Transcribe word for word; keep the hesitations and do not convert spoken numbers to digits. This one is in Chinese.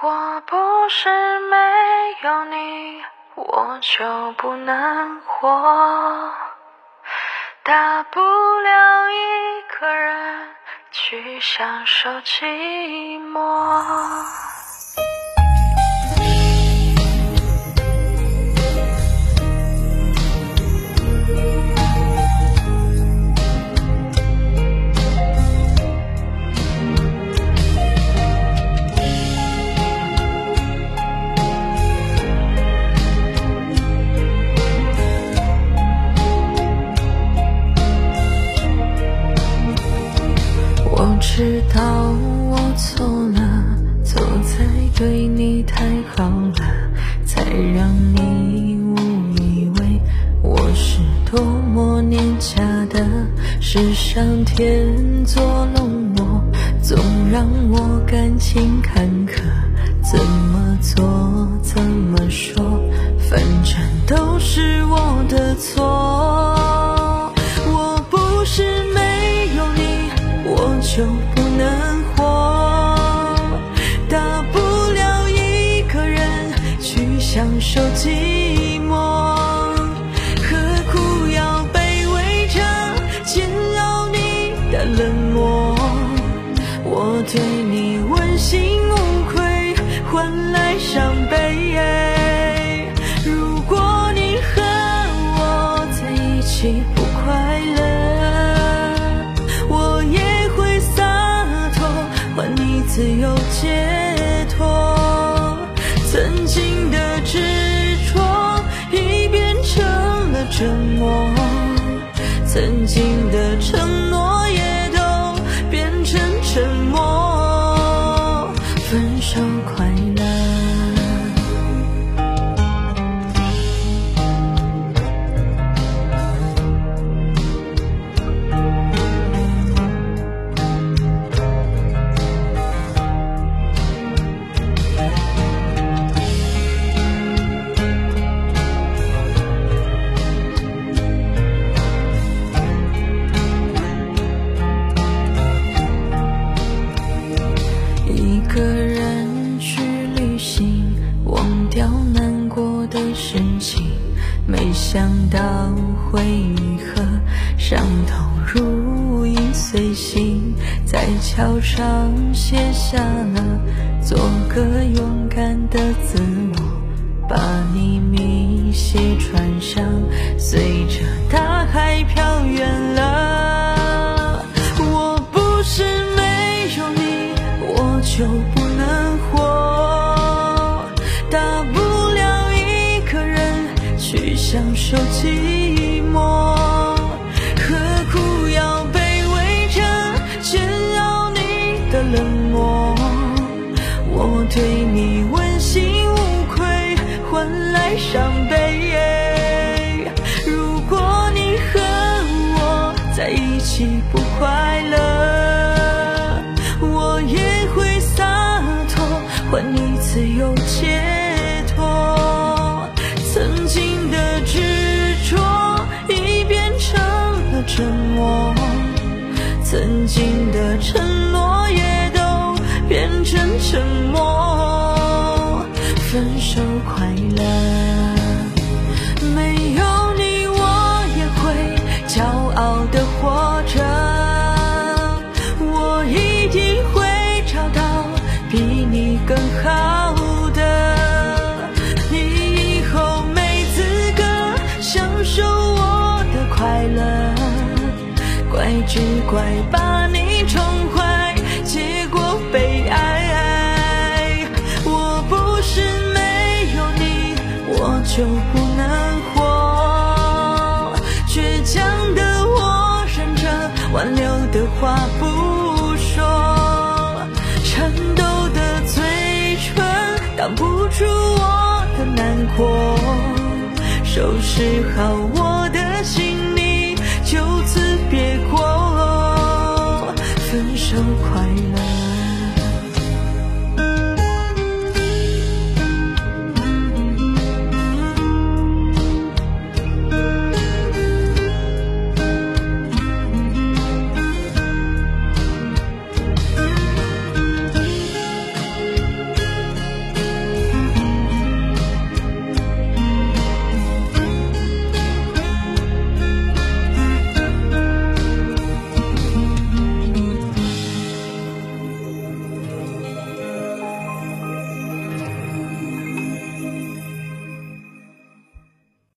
我不是没有你我就不能活，大不了一个人去享受寂寞。我知道我错了，错在对你太好了，才让你误以为我是多么年假的，是上天作弄我，总让我感情坎坷，怎么做怎么说，反正都是我的错。我不是没有你我就不能活，大不了一个人去享受寂寞，何苦要卑微着煎熬你的冷漠。我对你问心无愧，换来伤悲。如果你和我在一起不快乐，我也还你自由解脱，曾经的执着已变成了折磨，曾经的承诺也都变成沉默。分手快乐。一个人去旅行，忘掉难过的事情，没想到回忆和伤痛如影随形，在桥上写下了做个勇敢的自我，把你明细穿上，随着大海飘远了。我不是没有你我就不能活，大不了一个人去享受寂寞，何苦要卑微着煎熬你的冷漠。我对你问心无愧，换来伤悲。如果你和我在一起不快乐，我也会洒脱，还你自由解脱。曾经的执着已变成了折磨，曾经的承诺也都变成沉默。分手快乐，没有你我也会骄傲地活着，我一定会找到比你更好的，你以后没资格享受我的快乐，怪只怪把你宠坏，结果悲哀。我不是没有你我就不能活，倔强的我忍着挽留的话不说，颤抖的嘴唇挡不住我的难过，收拾好我的行李就此别过。分手快乐。